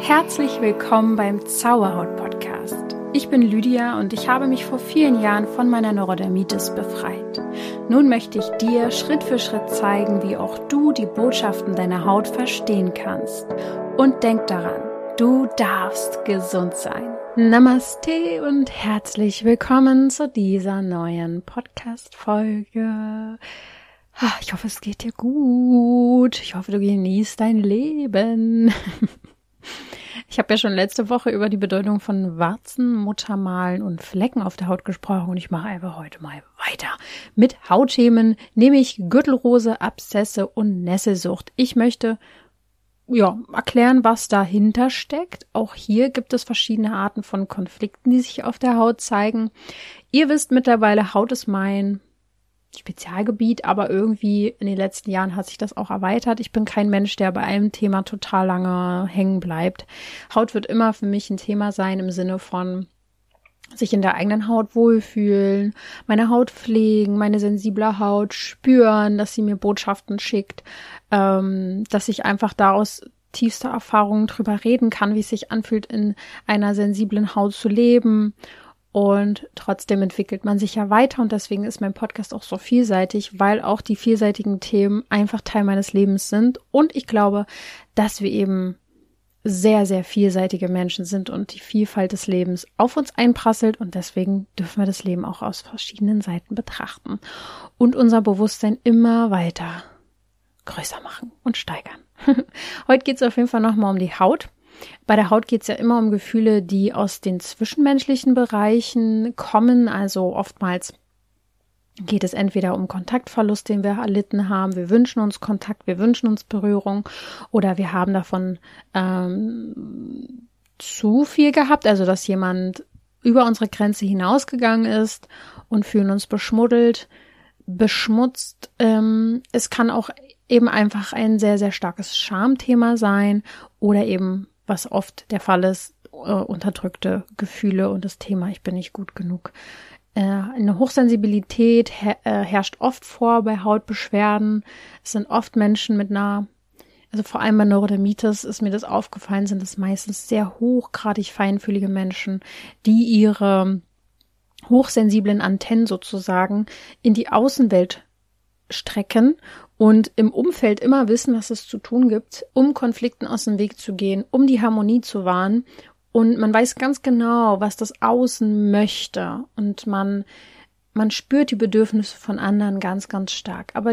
Herzlich willkommen beim Zauberhaut-Podcast. Ich bin Lydia und ich habe mich vor vielen Jahren von meiner Neurodermitis befreit. Nun möchte ich dir Schritt für Schritt zeigen, wie auch du die Botschaften deiner Haut verstehen kannst. Und denk daran, du darfst gesund sein. Namaste und herzlich willkommen zu dieser neuen Podcast-Folge. Ich hoffe, es geht dir gut. Ich hoffe, du genießt dein Leben. Ich habe ja schon letzte Woche über die Bedeutung von Warzen, Muttermalen und Flecken auf der Haut gesprochen und ich mache einfach heute mal weiter mit Hautthemen, nämlich Gürtelrose, Abszesse und Nesselsucht. Ich möchte erklären, was dahinter steckt. Auch hier gibt es verschiedene Arten von Konflikten, die sich auf der Haut zeigen. Ihr wisst mittlerweile, Haut ist mein Spezialgebiet, aber irgendwie in den letzten Jahren hat sich das auch erweitert. Ich bin kein Mensch, der bei einem Thema total lange hängen bleibt. Haut wird immer für mich ein Thema sein im Sinne von sich in der eigenen Haut wohlfühlen, meine Haut pflegen, meine sensible Haut spüren, dass sie mir Botschaften schickt, dass ich einfach daraus tiefste Erfahrungen drüber reden kann, wie es sich anfühlt, in einer sensiblen Haut zu leben. Und trotzdem entwickelt man sich ja weiter und deswegen ist mein Podcast auch so vielseitig, weil auch die vielseitigen Themen einfach Teil meines Lebens sind. Und ich glaube, dass wir eben sehr, sehr vielseitige Menschen sind und die Vielfalt des Lebens auf uns einprasselt und deswegen dürfen wir das Leben auch aus verschiedenen Seiten betrachten und unser Bewusstsein immer weiter größer machen und steigern. Heute geht es auf jeden Fall nochmal um die Haut. Bei der Haut geht es ja immer um Gefühle, die aus den zwischenmenschlichen Bereichen kommen. Also oftmals geht es entweder um Kontaktverlust, den wir erlitten haben. Wir wünschen uns Kontakt, wir wünschen uns Berührung oder wir haben davon zu viel gehabt. Also dass jemand über unsere Grenze hinausgegangen ist und fühlen uns beschmuddelt, beschmutzt. Es kann auch eben einfach ein sehr, sehr starkes Schamthema sein oder eben, was oft der Fall ist, unterdrückte Gefühle und das Thema, ich bin nicht gut genug. Eine Hochsensibilität herrscht oft vor bei Hautbeschwerden. Es sind oft Menschen mit also vor allem bei Neurodermitis ist mir das aufgefallen, sind es meistens sehr hochgradig feinfühlige Menschen, die ihre hochsensiblen Antennen sozusagen in die Außenwelt strecken und im Umfeld immer wissen, was es zu tun gibt, um Konflikten aus dem Weg zu gehen, um die Harmonie zu wahren. Und man weiß ganz genau, was das Außen möchte. Und man spürt die Bedürfnisse von anderen ganz, ganz stark. Aber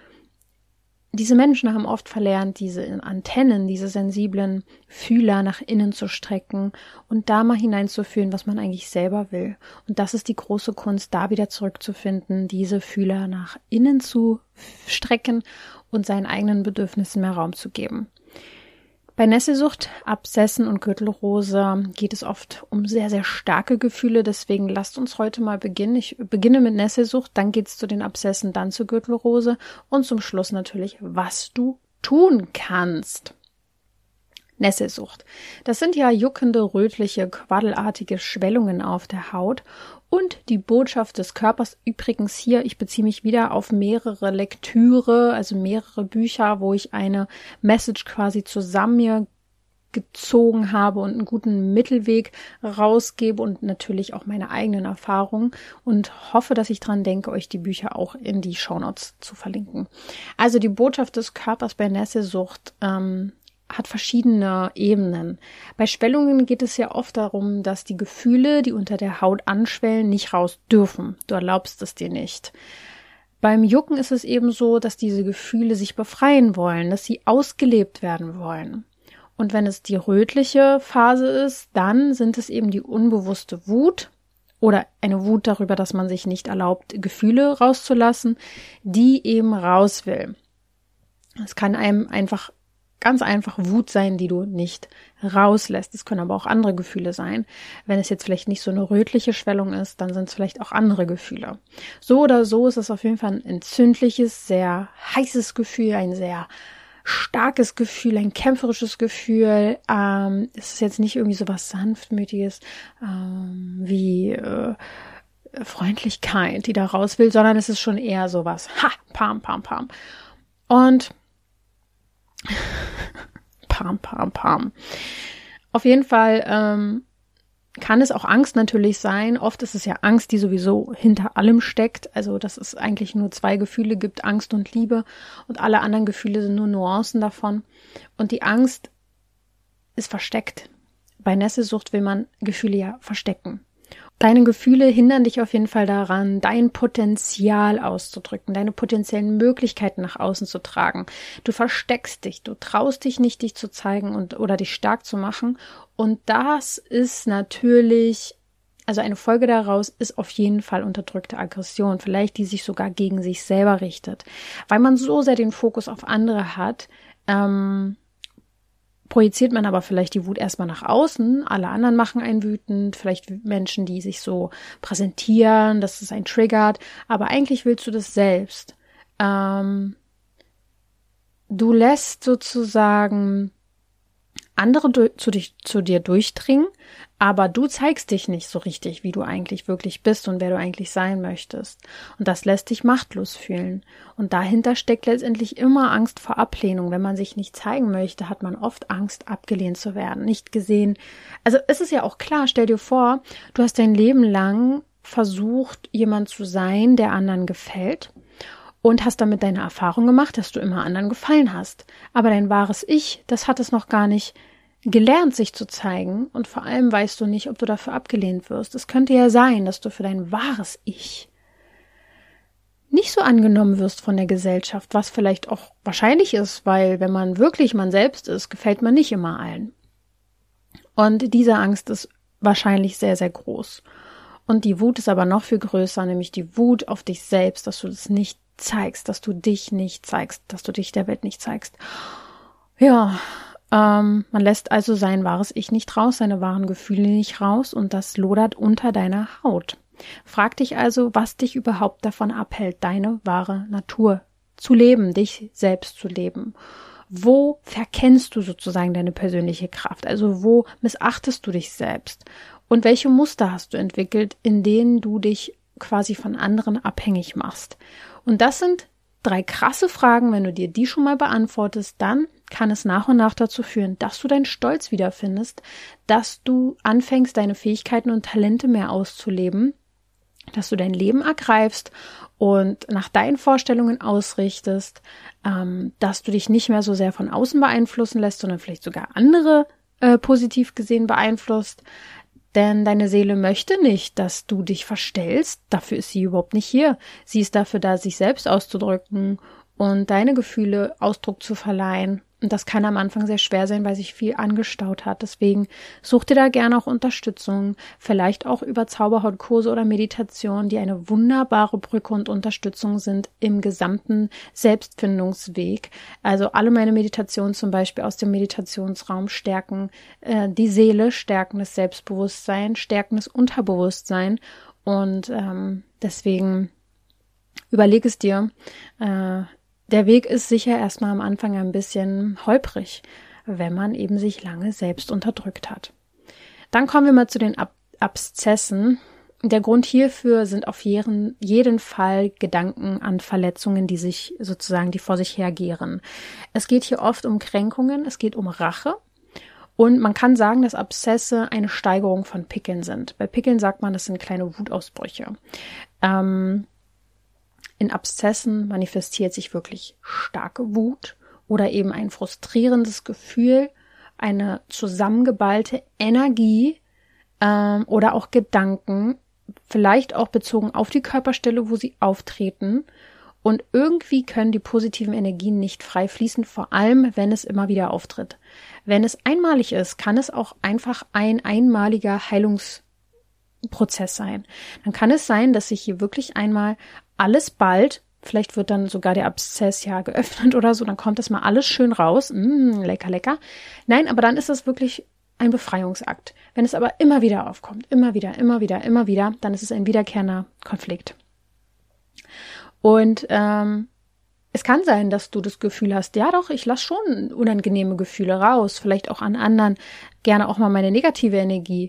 diese Menschen haben oft verlernt, diese Antennen, diese sensiblen Fühler nach innen zu strecken und da mal hineinzufühlen, was man eigentlich selber will. Und das ist die große Kunst, da wieder zurückzufinden, diese Fühler nach innen zu strecken und seinen eigenen Bedürfnissen mehr Raum zu geben. Bei Nesselsucht, Abszessen und Gürtelrose geht es oft um sehr, sehr starke Gefühle. Deswegen lasst uns heute mal beginnen. Ich beginne mit Nesselsucht, dann geht es zu den Abszessen, dann zur Gürtelrose und zum Schluss natürlich, was du tun kannst. Nesselsucht. Das sind ja juckende, rötliche, quaddelartige Schwellungen auf der Haut. Und die Botschaft des Körpers, übrigens hier, ich beziehe mich wieder auf mehrere Lektüre, also mehrere Bücher, wo ich eine Message quasi zusammen mir gezogen habe und einen guten Mittelweg rausgebe und natürlich auch meine eigenen Erfahrungen und hoffe, dass ich dran denke, euch die Bücher auch in die Shownotes zu verlinken. Also die Botschaft des Körpers bei Nesselsucht hat verschiedene Ebenen. Bei Schwellungen geht es ja oft darum, dass die Gefühle, die unter der Haut anschwellen, nicht raus dürfen. Du erlaubst es dir nicht. Beim Jucken ist es eben so, dass diese Gefühle sich befreien wollen, dass sie ausgelebt werden wollen. Und wenn es die rötliche Phase ist, dann sind es eben die unbewusste Wut oder eine Wut darüber, dass man sich nicht erlaubt, Gefühle rauszulassen, die eben raus will. Es kann einem ganz einfach Wut sein, die du nicht rauslässt. Es können aber auch andere Gefühle sein. Wenn es jetzt vielleicht nicht so eine rötliche Schwellung ist, dann sind es vielleicht auch andere Gefühle. So oder so ist es auf jeden Fall ein entzündliches, sehr heißes Gefühl, ein sehr starkes Gefühl, ein kämpferisches Gefühl. Es ist jetzt nicht irgendwie so was Sanftmütiges wie Freundlichkeit, die da raus will, sondern es ist schon eher sowas. Pam, pam, pam. Und pam, pam, pam. Auf jeden Fall kann es auch Angst natürlich sein. Oft ist es ja Angst, die sowieso hinter allem steckt. Also dass es eigentlich nur 2 Gefühle gibt, Angst und Liebe. Und alle anderen Gefühle sind nur Nuancen davon. Und die Angst ist versteckt. Bei Nesselsucht will man Gefühle ja verstecken. Deine Gefühle hindern dich auf jeden Fall daran, dein Potenzial auszudrücken, deine potenziellen Möglichkeiten nach außen zu tragen. Du versteckst dich, du traust dich nicht, dich zu zeigen oder dich stark zu machen. Und das ist natürlich, also eine Folge daraus ist auf jeden Fall unterdrückte Aggression, vielleicht die sich sogar gegen sich selber richtet. Weil man so sehr den Fokus auf andere hat, projiziert man aber vielleicht die Wut erstmal nach außen, alle anderen machen einen wütend, vielleicht Menschen, die sich so präsentieren, dass es einen triggert, aber eigentlich willst du das selbst. Du lässt sozusagen andere zu dir durchdringen, aber du zeigst dich nicht so richtig, wie du eigentlich wirklich bist und wer du eigentlich sein möchtest. Und das lässt dich machtlos fühlen. Und dahinter steckt letztendlich immer Angst vor Ablehnung. Wenn man sich nicht zeigen möchte, hat man oft Angst, abgelehnt zu werden, nicht gesehen. Also es ist ja auch klar, stell dir vor, du hast dein Leben lang versucht, jemand zu sein, der anderen gefällt. Und hast damit deine Erfahrung gemacht, dass du immer anderen gefallen hast. Aber dein wahres Ich, das hat es noch gar nicht gelernt, sich zu zeigen. Und vor allem weißt du nicht, ob du dafür abgelehnt wirst. Es könnte ja sein, dass du für dein wahres Ich nicht so angenommen wirst von der Gesellschaft, was vielleicht auch wahrscheinlich ist, weil wenn man wirklich man selbst ist, gefällt man nicht immer allen. Und diese Angst ist wahrscheinlich sehr, sehr groß. Und die Wut ist aber noch viel größer, nämlich die Wut auf dich selbst, dass du das nicht zeigst, dass du dich nicht zeigst, dass du dich der Welt nicht zeigst. Ja, man lässt also sein wahres Ich nicht raus, seine wahren Gefühle nicht raus und das lodert unter deiner Haut. Frag dich also, was dich überhaupt davon abhält, deine wahre Natur zu leben, dich selbst zu leben. Wo verkennst du sozusagen deine persönliche Kraft? Also wo missachtest du dich selbst? Und welche Muster hast du entwickelt, in denen du dich quasi von anderen abhängig machst? Und das sind 3 krasse Fragen. Wenn du dir die schon mal beantwortest, dann kann es nach und nach dazu führen, dass du deinen Stolz wiederfindest, dass du anfängst, deine Fähigkeiten und Talente mehr auszuleben, dass du dein Leben ergreifst und nach deinen Vorstellungen ausrichtest, dass du dich nicht mehr so sehr von außen beeinflussen lässt, sondern vielleicht sogar andere positiv gesehen beeinflusst. Denn deine Seele möchte nicht, dass du dich verstellst. Dafür ist sie überhaupt nicht hier. Sie ist dafür da, sich selbst auszudrücken und deine Gefühle Ausdruck zu verleihen. Und das kann am Anfang sehr schwer sein, weil sich viel angestaut hat. Deswegen such dir da gerne auch Unterstützung. Vielleicht auch über Zauberhautkurse oder Meditation, die eine wunderbare Brücke und Unterstützung sind im gesamten Selbstfindungsweg. Also alle meine Meditationen zum Beispiel aus dem Meditationsraum stärken die Seele, stärken das Selbstbewusstsein, stärken das Unterbewusstsein. Und deswegen überleg es dir. Der Weg ist sicher erstmal am Anfang ein bisschen holprig, wenn man eben sich lange selbst unterdrückt hat. Dann kommen wir mal zu den Abszessen. Der Grund hierfür sind auf jeden Fall Gedanken an Verletzungen, die vor sich hergären. Es geht hier oft um Kränkungen, es geht um Rache. Und man kann sagen, dass Abszesse eine Steigerung von Pickeln sind. Bei Pickeln sagt man, das sind kleine Wutausbrüche. In Abszessen manifestiert sich wirklich starke Wut oder eben ein frustrierendes Gefühl, eine zusammengeballte Energie oder auch Gedanken, vielleicht auch bezogen auf die Körperstelle, wo sie auftreten. Und irgendwie können die positiven Energien nicht frei fließen, vor allem, wenn es immer wieder auftritt. Wenn es einmalig ist, kann es auch einfach ein einmaliger Heilungsprozess sein. Dann kann es sein, dass sich hier wirklich einmal alles bald, vielleicht wird dann sogar der Abszess ja geöffnet oder so, dann kommt das mal alles schön raus. Lecker, lecker. Nein, aber dann ist das wirklich ein Befreiungsakt. Wenn es aber immer wieder aufkommt, immer wieder, dann ist es ein wiederkehrender Konflikt. Und es kann sein, dass du das Gefühl hast, ja doch, ich lasse schon unangenehme Gefühle raus, vielleicht auch an anderen, gerne auch mal meine negative Energie.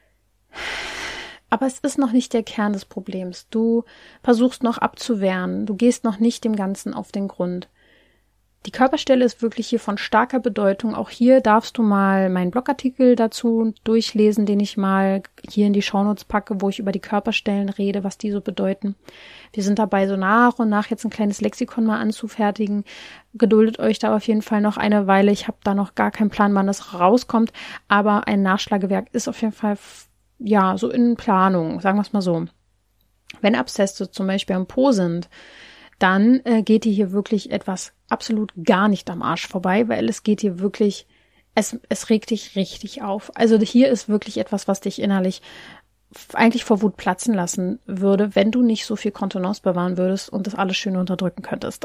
Aber es ist noch nicht der Kern des Problems. Du versuchst noch abzuwehren. Du gehst noch nicht dem Ganzen auf den Grund. Die Körperstelle ist wirklich hier von starker Bedeutung. Auch hier darfst du mal meinen Blogartikel dazu durchlesen, den ich mal hier in die Shownotes packe, wo ich über die Körperstellen rede, was die so bedeuten. Wir sind dabei, so nach und nach jetzt ein kleines Lexikon mal anzufertigen. Geduldet euch da auf jeden Fall noch eine Weile. Ich habe da noch gar keinen Plan, wann das rauskommt. Aber ein Nachschlagewerk ist auf jeden Fall, ja, so in Planung, sagen wir es mal so. Wenn Abszesse zum Beispiel am Po sind, dann geht dir hier wirklich etwas absolut gar nicht am Arsch vorbei, weil es geht hier wirklich, es regt dich richtig auf. Also hier ist wirklich etwas, was dich innerlich eigentlich vor Wut platzen lassen würde, wenn du nicht so viel Kontenance bewahren würdest und das alles schön unterdrücken könntest.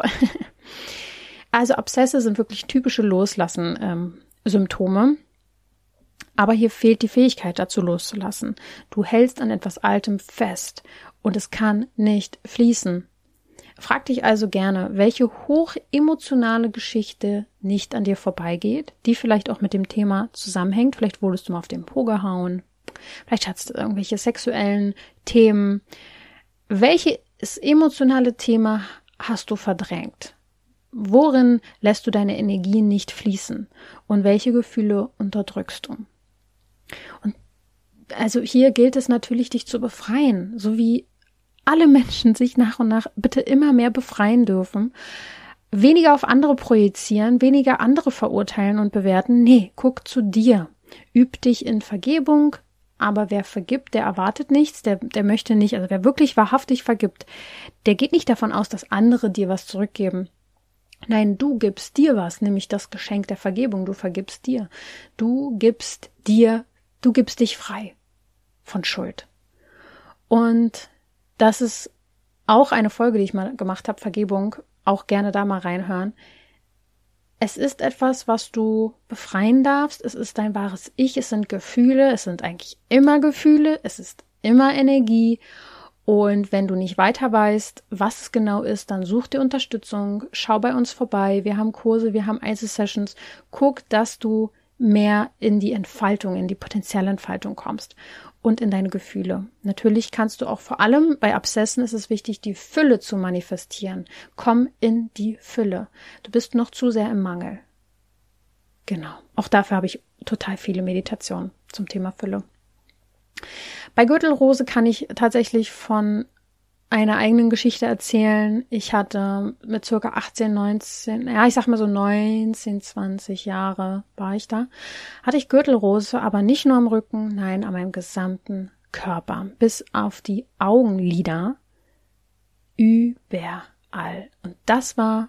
Also Abszesse sind wirklich typische Loslassen-Symptome. Aber hier fehlt die Fähigkeit dazu loszulassen. Du hältst an etwas Altem fest und es kann nicht fließen. Frag dich also gerne, welche hochemotionale Geschichte nicht an dir vorbeigeht, die vielleicht auch mit dem Thema zusammenhängt. Vielleicht wurdest du mal auf den Po gehauen. Vielleicht hattest du irgendwelche sexuellen Themen. Welches emotionale Thema hast du verdrängt? Worin lässt du deine Energie nicht fließen? Und welche Gefühle unterdrückst du? Und also hier gilt es natürlich, dich zu befreien, so wie alle Menschen sich nach und nach bitte immer mehr befreien dürfen, weniger auf andere projizieren, weniger andere verurteilen und bewerten. Nee, guck zu dir. Üb dich in Vergebung, aber wer vergibt, der erwartet nichts, der möchte nicht, also wer wirklich wahrhaftig vergibt, der geht nicht davon aus, dass andere dir was zurückgeben. Nein, du gibst dir was, nämlich das Geschenk der Vergebung, du vergibst dir. Du gibst dich frei von Schuld. Und das ist auch eine Folge, die ich mal gemacht habe, Vergebung, auch gerne da mal reinhören. Es ist etwas, was du befreien darfst. Es ist dein wahres Ich. Es sind Gefühle. Es sind eigentlich immer Gefühle. Es ist immer Energie. Und wenn du nicht weiter weißt, was es genau ist, dann such dir Unterstützung. Schau bei uns vorbei. Wir haben Kurse, wir haben Einzelsessions. Guck, dass du mehr in die Entfaltung, in die potenzielle Entfaltung kommst und in deine Gefühle. Natürlich kannst du auch vor allem bei Abszessen ist es wichtig, die Fülle zu manifestieren. Komm in die Fülle. Du bist noch zu sehr im Mangel. Genau. Auch dafür habe ich total viele Meditationen zum Thema Fülle. Bei Gürtelrose kann ich tatsächlich von einer eigenen Geschichte erzählen. Ich hatte mit circa 18, 19, ja, ich sag mal so 19, 20 Jahre war ich da, hatte ich Gürtelrose, aber nicht nur am Rücken, nein, an meinem gesamten Körper, bis auf die Augenlider, überall. Und das war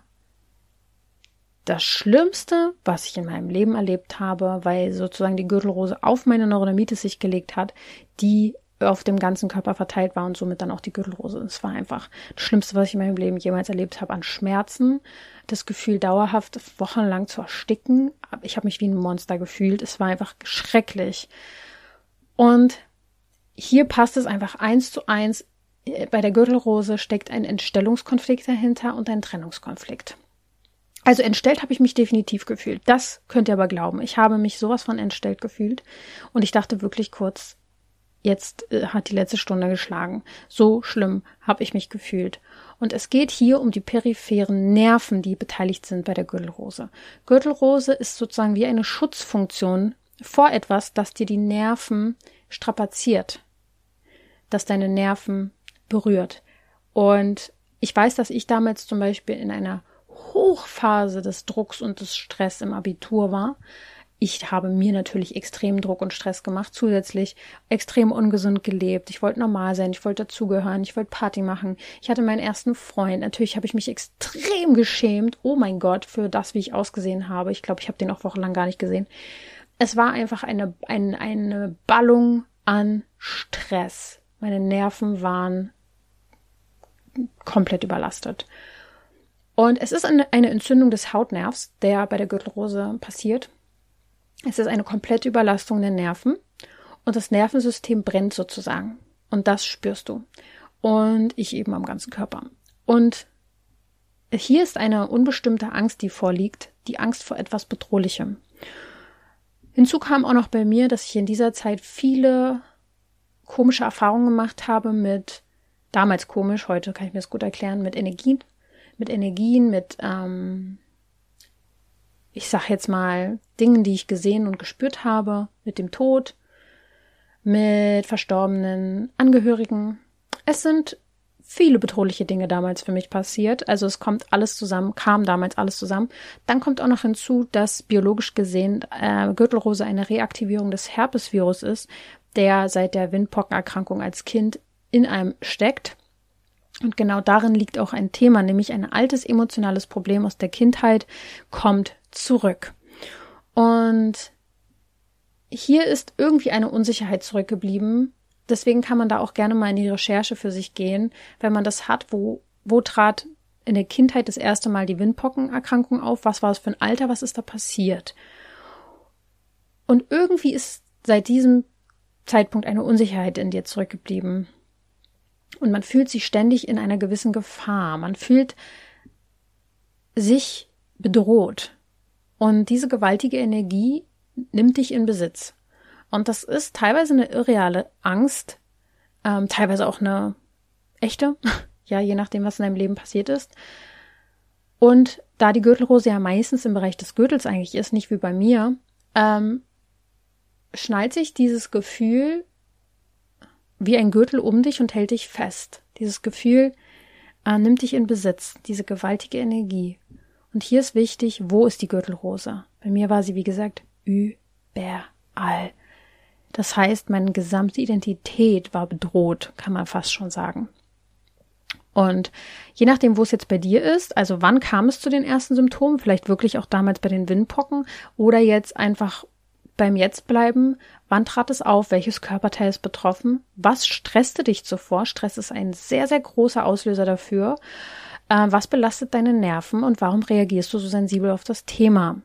das Schlimmste, was ich in meinem Leben erlebt habe, weil sozusagen die Gürtelrose auf meine Neurodermitis sich gelegt hat, die auf dem ganzen Körper verteilt war und somit dann auch die Gürtelrose. Es war einfach das Schlimmste, was ich in meinem Leben jemals erlebt habe, an Schmerzen, das Gefühl dauerhaft wochenlang zu ersticken. Ich habe mich wie ein Monster gefühlt. Es war einfach schrecklich. Und hier passt es einfach 1:1. Bei der Gürtelrose steckt ein Entstellungskonflikt dahinter und ein Trennungskonflikt. Also entstellt habe ich mich definitiv gefühlt. Das könnt ihr aber glauben. Ich habe mich sowas von entstellt gefühlt und ich dachte wirklich kurz, jetzt hat die letzte Stunde geschlagen. So schlimm habe ich mich gefühlt. Und es geht hier um die peripheren Nerven, die beteiligt sind bei der Gürtelrose. Gürtelrose ist sozusagen wie eine Schutzfunktion vor etwas, das dir die Nerven strapaziert, das deine Nerven berührt. Und ich weiß, dass ich damals zum Beispiel in einer Hochphase des Drucks und des Stress im Abitur war. Ich habe mir natürlich extrem Druck und Stress gemacht, zusätzlich extrem ungesund gelebt. Ich wollte normal sein, ich wollte dazugehören, ich wollte Party machen. Ich hatte meinen ersten Freund. Natürlich habe ich mich extrem geschämt, oh mein Gott, für das, wie ich ausgesehen habe. Ich glaube, ich habe den auch wochenlang gar nicht gesehen. Es war einfach eine Ballung an Stress. Meine Nerven waren komplett überlastet. Und es ist eine Entzündung des Hautnervs, der bei der Gürtelrose passiert. Es ist eine komplette Überlastung der Nerven und das Nervensystem brennt sozusagen. Und das spürst du. Und ich eben am ganzen Körper. Und hier ist eine unbestimmte Angst, die vorliegt, die Angst vor etwas Bedrohlichem. Hinzu kam auch noch bei mir, dass ich in dieser Zeit viele komische Erfahrungen gemacht habe mit, damals komisch, heute kann ich mir das gut erklären, mit Energien, mit ich sag jetzt mal, Dingen, die ich gesehen und gespürt habe, mit dem Tod, mit verstorbenen Angehörigen. Es sind viele bedrohliche Dinge damals für mich passiert. Also es kommt alles zusammen, kam damals alles zusammen. Dann kommt auch noch hinzu, dass biologisch gesehen Gürtelrose eine Reaktivierung des Herpesvirus ist, der seit der Windpockenerkrankung als Kind in einem steckt. Und genau darin liegt auch ein Thema, nämlich ein altes emotionales Problem aus der Kindheit kommt zurück. Und hier ist irgendwie eine Unsicherheit zurückgeblieben. Deswegen kann man da auch gerne mal in die Recherche für sich gehen, wenn man das hat, wo trat in der Kindheit das erste Mal die Windpockenerkrankung auf, was war es für ein Alter, was ist da passiert? Und irgendwie ist seit diesem Zeitpunkt eine Unsicherheit in dir zurückgeblieben. Und man fühlt sich ständig in einer gewissen Gefahr. Man fühlt sich bedroht. Und diese gewaltige Energie nimmt dich in Besitz. Und das ist teilweise eine irreale Angst, teilweise auch eine echte, ja, je nachdem, was in deinem Leben passiert ist. Und da die Gürtelrose ja meistens im Bereich des Gürtels eigentlich ist, nicht wie bei mir, schnallt sich dieses Gefühl wie ein Gürtel um dich und hält dich fest. Dieses Gefühl nimmt dich in Besitz, diese gewaltige Energie. Und hier ist wichtig, wo ist die Gürtelrose? Bei mir war sie, wie gesagt, überall. Das heißt, meine gesamte Identität war bedroht, kann man fast schon sagen. Und je nachdem, wo es jetzt bei dir ist, also wann kam es zu den ersten Symptomen, vielleicht wirklich auch damals bei den Windpocken oder jetzt einfach beim Jetzt bleiben, wann trat es auf, welches Körperteil ist betroffen, was stresste dich zuvor? Stress ist ein sehr, sehr großer Auslöser dafür. Was belastet deine Nerven und warum reagierst du so sensibel auf das Thema?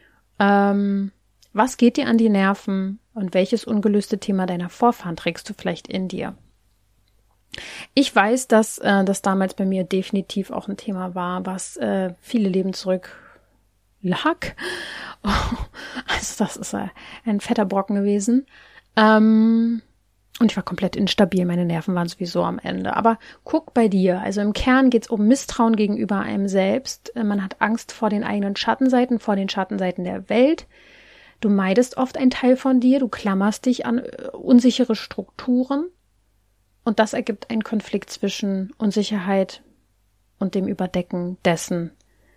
Was geht dir an die Nerven und welches ungelöste Thema deiner Vorfahren trägst du vielleicht in dir? Ich weiß, dass das damals bei mir definitiv auch ein Thema war, was viele Leben zurück lag. Also das ist ein fetter Brocken gewesen. Und ich war komplett instabil, meine Nerven waren sowieso am Ende. Aber guck bei dir, also im Kern geht es um Misstrauen gegenüber einem selbst. Man hat Angst vor den eigenen Schattenseiten, vor den Schattenseiten der Welt. Du meidest oft einen Teil von dir, du klammerst dich an unsichere Strukturen. Und das ergibt einen Konflikt zwischen Unsicherheit und dem Überdecken dessen,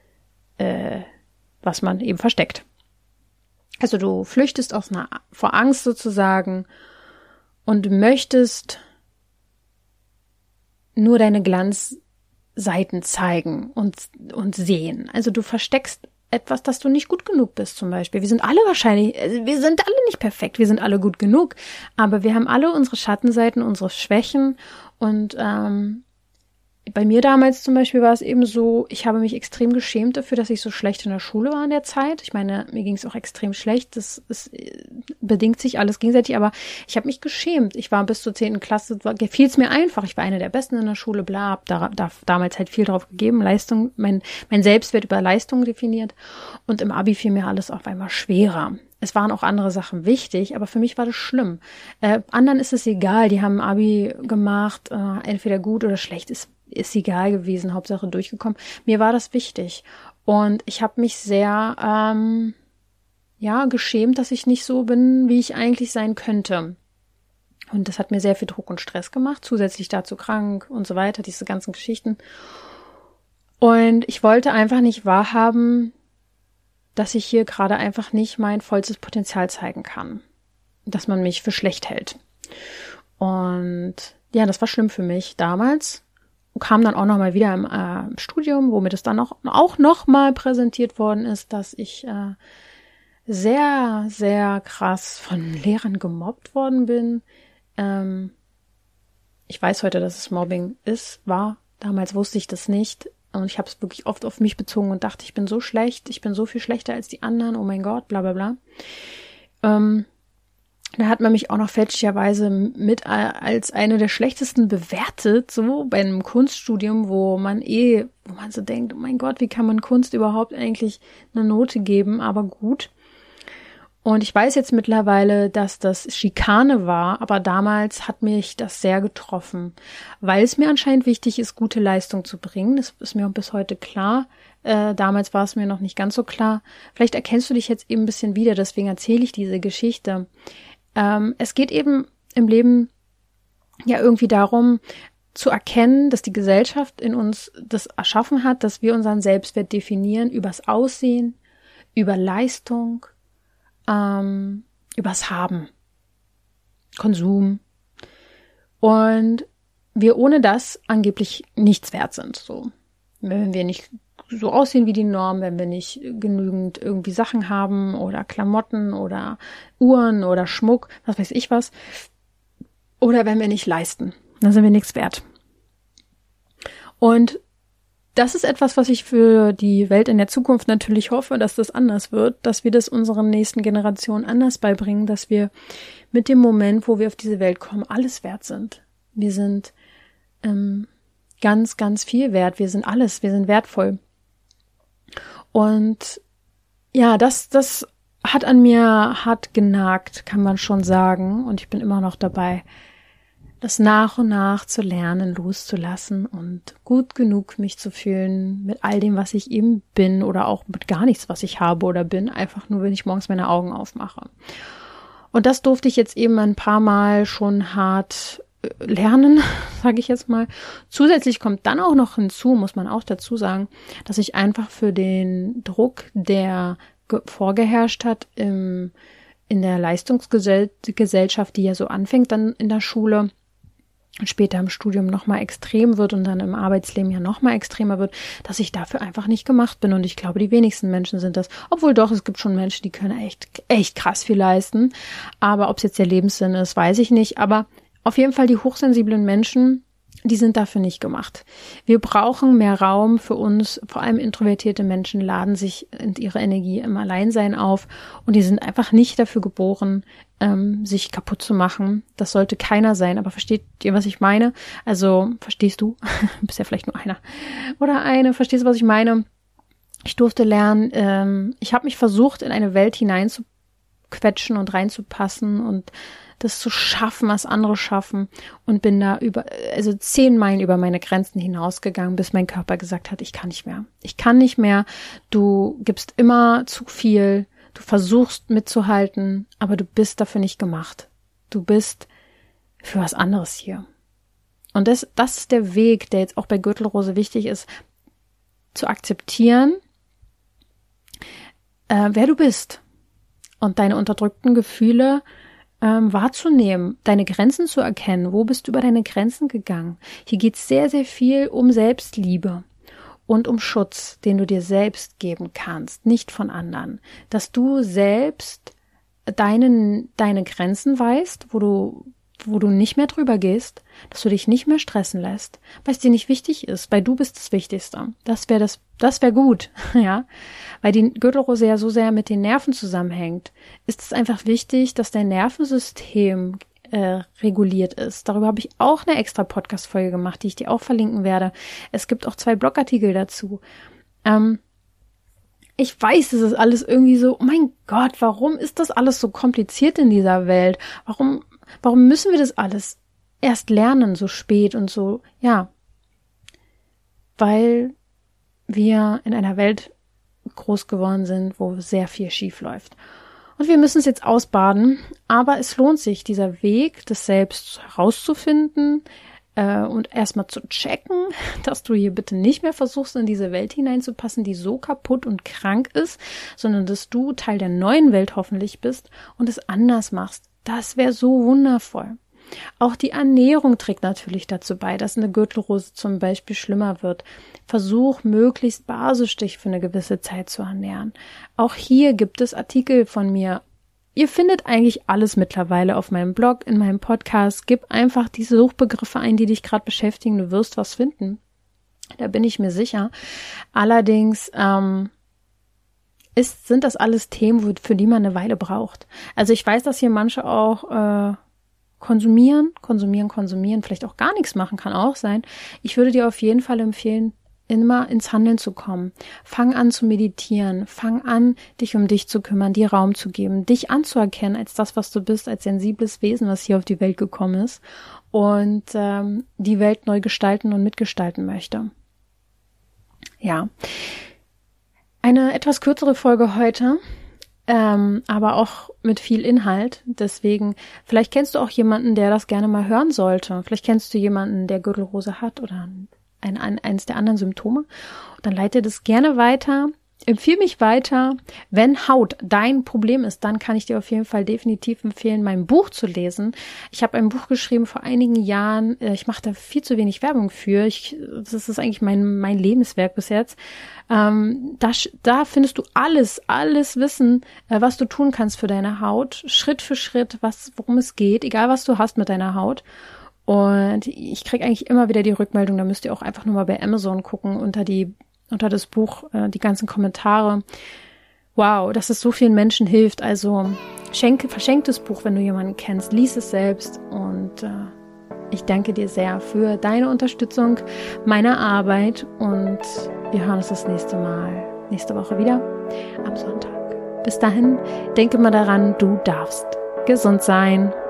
was man eben versteckt. Also du flüchtest vor Angst sozusagen und möchtest nur deine Glanzseiten zeigen und sehen. Also du versteckst etwas, dass du nicht gut genug bist zum Beispiel. Wir sind alle nicht perfekt, wir sind alle gut genug, aber wir haben alle unsere Schattenseiten, unsere Schwächen und bei mir damals zum Beispiel war es eben so, ich habe mich extrem geschämt dafür, dass ich so schlecht in der Schule war in der Zeit. Ich meine, mir ging es auch extrem schlecht. Das bedingt sich alles gegenseitig, aber ich habe mich geschämt. Ich war bis zur 10. Klasse, fiel es mir einfach. Ich war eine der Besten in der Schule, bla, damals halt viel drauf gegeben, Leistung, mein Selbstwert über Leistung definiert. Und im Abi fiel mir alles auf einmal schwerer. Es waren auch andere Sachen wichtig, aber für mich war das schlimm. Anderen ist es egal, die haben ein Abi gemacht, entweder gut oder schlecht, ist egal gewesen, Hauptsache durchgekommen. Mir war das wichtig und ich habe mich sehr geschämt, dass ich nicht so bin, wie ich eigentlich sein könnte. Und das hat mir sehr viel Druck und Stress gemacht, zusätzlich dazu krank und so weiter, diese ganzen Geschichten. Und ich wollte einfach nicht wahrhaben, dass ich hier gerade einfach nicht mein vollstes Potenzial zeigen kann. Dass man mich für schlecht hält. Und ja, das war schlimm für mich damals. Kam dann auch nochmal wieder im Studium, wo mir das dann auch nochmal präsentiert worden ist, dass ich sehr, sehr krass von Lehrern gemobbt worden bin. Ich weiß heute, dass es Mobbing war. Damals wusste ich das nicht. Und ich habe es wirklich oft auf mich bezogen und dachte, ich bin so schlecht, ich bin so viel schlechter als die anderen, oh mein Gott, bla bla bla. Da hat man mich auch noch fälschlicherweise mit als eine der schlechtesten bewertet, so bei einem Kunststudium, wo man so denkt, oh mein Gott, wie kann man Kunst überhaupt eigentlich eine Note geben, aber gut. Und ich weiß jetzt mittlerweile, dass das Schikane war, aber damals hat mich das sehr getroffen, weil es mir anscheinend wichtig ist, gute Leistung zu bringen. Das ist mir bis heute klar. Damals war es mir noch nicht ganz so klar. Vielleicht erkennst du dich jetzt eben ein bisschen wieder, deswegen erzähle ich diese Geschichte. Es geht eben im Leben ja irgendwie darum, zu erkennen, dass die Gesellschaft in uns das erschaffen hat, dass wir unseren Selbstwert definieren übers Aussehen, über Leistung, übers Haben, Konsum. Und wir ohne das angeblich nichts wert sind. So, wenn wir nicht so aussehen wie die Norm, wenn wir nicht genügend irgendwie Sachen haben oder Klamotten oder Uhren oder Schmuck, was weiß ich was. Oder wenn wir nicht leisten, dann sind wir nichts wert. Und das ist etwas, was ich für die Welt in der Zukunft natürlich hoffe, dass das anders wird, dass wir das unseren nächsten Generationen anders beibringen, dass wir mit dem Moment, wo wir auf diese Welt kommen, alles wert sind. Wir sind ganz, ganz viel wert. Wir sind alles. Wir sind wertvoll. Und ja, das hat an mir hart genagt, kann man schon sagen. Und ich bin immer noch dabei, das nach und nach zu lernen, loszulassen und gut genug mich zu fühlen mit all dem, was ich eben bin oder auch mit gar nichts, was ich habe oder bin, einfach nur, wenn ich morgens meine Augen aufmache. Und das durfte ich jetzt eben ein paar Mal schon hart lernen, sage ich jetzt mal. Zusätzlich kommt dann auch noch hinzu, muss man auch dazu sagen, dass ich einfach für den Druck, der vorgeherrscht hat in der Leistungsgesellschaft, die ja so anfängt dann in der Schule, und später im Studium nochmal extrem wird und dann im Arbeitsleben ja nochmal extremer wird, dass ich dafür einfach nicht gemacht bin. Und ich glaube, die wenigsten Menschen sind das. Obwohl doch, es gibt schon Menschen, die können echt krass viel leisten. Aber ob es jetzt der Lebenssinn ist, weiß ich nicht. Aber auf jeden Fall die hochsensiblen Menschen, die sind dafür nicht gemacht. Wir brauchen mehr Raum für uns. Vor allem introvertierte Menschen laden sich ihre Energie im Alleinsein auf. Und die sind einfach nicht dafür geboren, sich kaputt zu machen. Das sollte keiner sein. Aber versteht ihr, was ich meine? Also, verstehst du? Bist ja vielleicht nur einer. Oder eine. Verstehst du, was ich meine? Ich durfte lernen. Ich habe mich versucht, in eine Welt hineinzuquetschen und reinzupassen und das zu schaffen, was andere schaffen, und bin da 10 Meilen über meine Grenzen hinausgegangen, bis mein Körper gesagt hat, ich kann nicht mehr. Ich kann nicht mehr. Du gibst immer zu viel. Du versuchst mitzuhalten, aber du bist dafür nicht gemacht. Du bist für was anderes hier. Und das ist der Weg, der jetzt auch bei Gürtelrose wichtig ist, zu akzeptieren, wer du bist und deine unterdrückten Gefühle wahrzunehmen, deine Grenzen zu erkennen. Wo bist du über deine Grenzen gegangen? Hier geht es sehr, sehr viel um Selbstliebe und um Schutz, den du dir selbst geben kannst, nicht von anderen. Dass du selbst deine Grenzen weißt, wo du nicht mehr drüber gehst, dass du dich nicht mehr stressen lässt, weil es dir nicht wichtig ist, weil du bist das Wichtigste. Das wäre gut, ja. Weil die Gürtelrose ja so sehr mit den Nerven zusammenhängt, ist es einfach wichtig, dass dein Nervensystem reguliert ist. Darüber habe ich auch eine extra Podcast-Folge gemacht, die ich dir auch verlinken werde. Es gibt auch 2 Blogartikel dazu. Ich weiß, es ist alles irgendwie so, oh mein Gott, warum ist das alles so kompliziert in dieser Welt? Warum müssen wir das alles erst lernen, so spät und so? Ja, weil wir in einer Welt groß geworden sind, wo sehr viel schief läuft. Und wir müssen es jetzt ausbaden, aber es lohnt sich, dieser Weg, das selbst herauszufinden und erstmal zu checken, dass du hier bitte nicht mehr versuchst, in diese Welt hineinzupassen, die so kaputt und krank ist, sondern dass du Teil der neuen Welt hoffentlich bist und es anders machst. Das wäre so wundervoll. Auch die Ernährung trägt natürlich dazu bei, dass eine Gürtelrose zum Beispiel schlimmer wird. Versuch, möglichst basisch dich für eine gewisse Zeit zu ernähren. Auch hier gibt es Artikel von mir. Ihr findet eigentlich alles mittlerweile auf meinem Blog, in meinem Podcast. Gib einfach diese Suchbegriffe ein, die dich gerade beschäftigen. Du wirst was finden. Da bin ich mir sicher. Allerdings sind das alles Themen, für die man eine Weile braucht. Also ich weiß, dass hier manche auch konsumieren, vielleicht auch gar nichts machen, kann auch sein. Ich würde dir auf jeden Fall empfehlen, immer ins Handeln zu kommen. Fang an zu meditieren, fang an, dich um dich zu kümmern, dir Raum zu geben, dich anzuerkennen als das, was du bist, als sensibles Wesen, was hier auf die Welt gekommen ist und die Welt neu gestalten und mitgestalten möchte. Ja, eine etwas kürzere Folge heute, aber auch mit viel Inhalt. Deswegen, vielleicht kennst du auch jemanden, der das gerne mal hören sollte. Vielleicht kennst du jemanden, der Gürtelrose hat oder eins der anderen Symptome. Und dann leite das gerne weiter. Empfehle mich weiter. Wenn Haut dein Problem ist, dann kann ich dir auf jeden Fall definitiv empfehlen, mein Buch zu lesen. Ich habe ein Buch geschrieben vor einigen Jahren. Ich mache da viel zu wenig Werbung für. Das ist eigentlich mein Lebenswerk bis jetzt. Da findest du alles Wissen, was du tun kannst für deine Haut. Schritt für Schritt, worum es geht, egal was du hast mit deiner Haut. Und ich kriege eigentlich immer wieder die Rückmeldung, da müsst ihr auch einfach nur mal bei Amazon gucken, unter das Buch, die ganzen Kommentare. Wow, dass es so vielen Menschen hilft. Also verschenk das Buch, wenn du jemanden kennst. Lies es selbst. Und ich danke dir sehr für deine Unterstützung meiner Arbeit. Und wir hören uns das nächste Woche wieder am Sonntag. Bis dahin, denke mal daran, du darfst gesund sein.